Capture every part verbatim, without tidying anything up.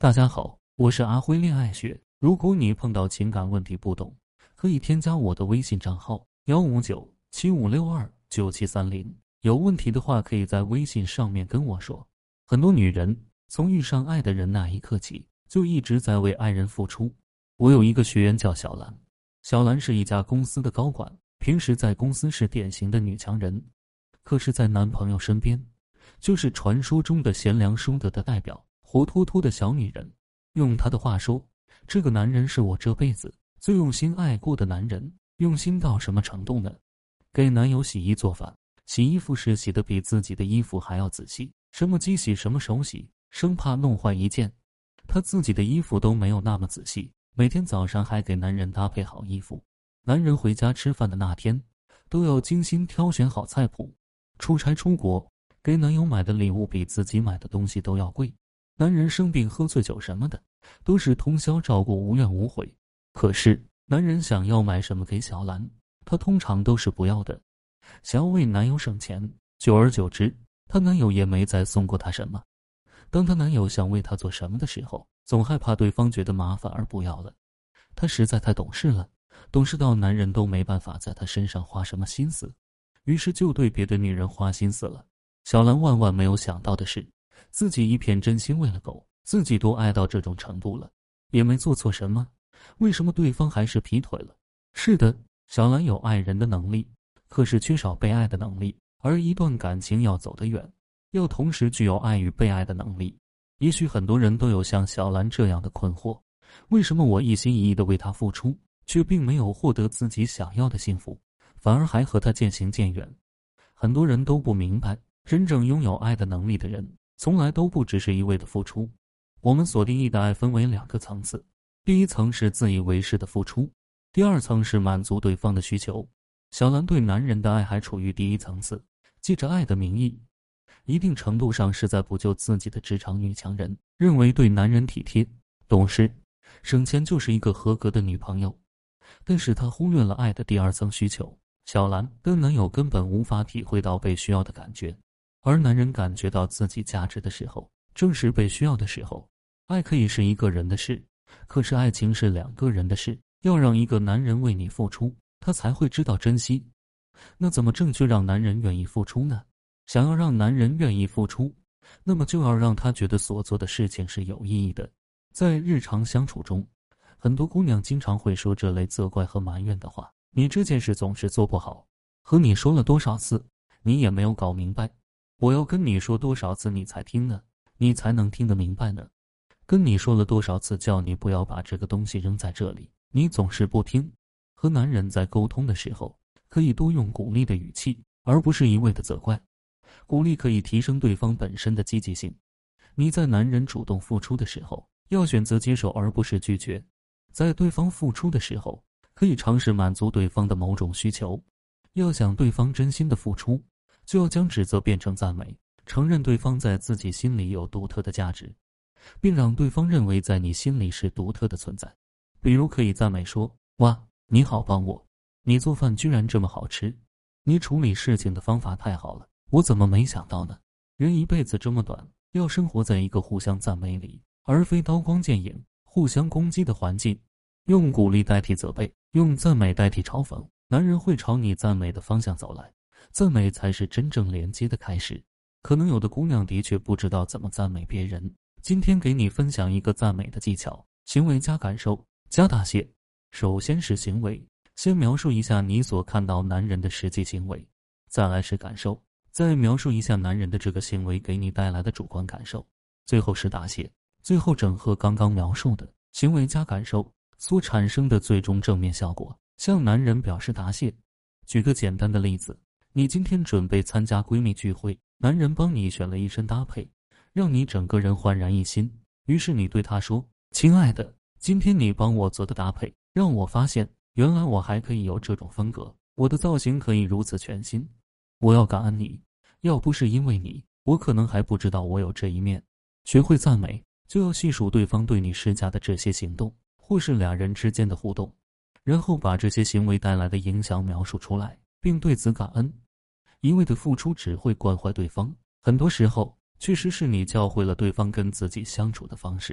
大家好，我是阿辉恋爱学。如果你碰到情感问题不懂，可以添加我的微信账号幺五九七五六二九七三零。有问题的话，可以在微信上面跟我说。很多女人从遇上爱的人那一刻起，就一直在为爱人付出。我有一个学员叫小兰，小兰是一家公司的高管，平时在公司是典型的女强人，可是在男朋友身边，就是传说中的贤良淑德的代表。活脱脱的小女人，用她的话说，这个男人是我这辈子最用心爱过的男人。用心到什么程度呢？给男友洗衣做饭，洗衣服时洗得比自己的衣服还要仔细，什么机洗什么手洗，生怕弄坏一件。她自己的衣服都没有那么仔细，每天早上还给男人搭配好衣服。男人回家吃饭的那天，都要精心挑选好菜谱。出差出国，给男友买的礼物比自己买的东西都要贵。男人生病喝醉酒什么的，都是通宵照顾，无怨无悔。可是男人想要买什么给小兰，她通常都是不要的。想要为男友省钱，久而久之，她男友也没再送过她什么。当她男友想为她做什么的时候，总害怕对方觉得麻烦而不要了。她实在太懂事了，懂事到男人都没办法在她身上花什么心思，于是就对别的女人花心思了。小兰万万没有想到的是，自己一片真心为了狗，自己都爱到这种程度了，也没做错什么，为什么对方还是劈腿了？是的，小兰有爱人的能力，可是缺少被爱的能力。而一段感情要走得远，要同时具有爱与被爱的能力。也许很多人都有像小兰这样的困惑，为什么我一心一意地为他付出，却并没有获得自己想要的幸福，反而还和他渐行渐远？很多人都不明白，真正拥有爱的能力的人从来都不只是一味的付出。我们所定义的爱分为两个层次，第一层是自以为是的付出，第二层是满足对方的需求。小兰对男人的爱还处于第一层次，借着爱的名义，一定程度上是在补救自己的职场女强人，认为对男人体贴、懂事、省钱就是一个合格的女朋友。但是她忽略了爱的第二层需求。小兰的男友根本无法体会到被需要的感觉，而男人感觉到自己价值的时候，正是被需要的时候。爱可以是一个人的事，可是爱情是两个人的事。要让一个男人为你付出，他才会知道珍惜。那怎么正确让男人愿意付出呢？想要让男人愿意付出，那么就要让他觉得所做的事情是有意义的。在日常相处中，很多姑娘经常会说这类责怪和埋怨的话，你这件事总是做不好，和你说了多少次，你也没有搞明白。我要跟你说多少次你才听呢？你才能听得明白呢？跟你说了多少次叫你不要把这个东西扔在这里，你总是不听。和男人在沟通的时候，可以多用鼓励的语气，而不是一味的责怪。鼓励可以提升对方本身的积极性。你在男人主动付出的时候，要选择接受而不是拒绝。在对方付出的时候，可以尝试满足对方的某种需求。要想对方真心的付出，就要将指责变成赞美，承认对方在自己心里有独特的价值，并让对方认为在你心里是独特的存在。比如可以赞美说，哇，你好帮我，你做饭居然这么好吃，你处理事情的方法太好了，我怎么没想到呢？人一辈子这么短，要生活在一个互相赞美里，而非刀光剑影、互相攻击的环境。用鼓励代替责备，用赞美代替嘲讽，男人会朝你赞美的方向走来。赞美才是真正连接的开始。可能有的姑娘的确不知道怎么赞美别人，今天给你分享一个赞美的技巧：行为加感受加大写。首先是行为，先描述一下你所看到男人的实际行为，再来是感受，再描述一下男人的这个行为给你带来的主观感受，最后是大写，最后整合刚刚描述的行为加感受所产生的最终正面效果，向男人表示答谢。举个简单的例子，你今天准备参加闺蜜聚会，男人帮你选了一身搭配，让你整个人焕然一新。于是你对他说，亲爱的，今天你帮我做的搭配，让我发现原来我还可以有这种风格，我的造型可以如此全新。我要感恩你，要不是因为你，我可能还不知道我有这一面。学会赞美，就要细数对方对你施加的这些行动，或是俩人之间的互动，然后把这些行为带来的影响描述出来，并对此感恩。一味的付出只会惯坏对方，很多时候确实是你教会了对方跟自己相处的方式。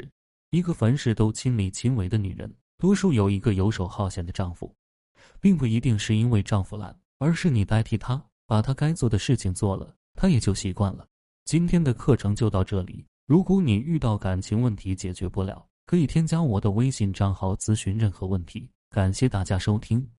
一个凡事都亲力亲为的女人，多数有一个游手好闲的丈夫，并不一定是因为丈夫懒，而是你代替他，把他该做的事情做了，他也就习惯了。今天的课程就到这里，如果你遇到感情问题解决不了，可以添加我的微信账号咨询任何问题。感谢大家收听。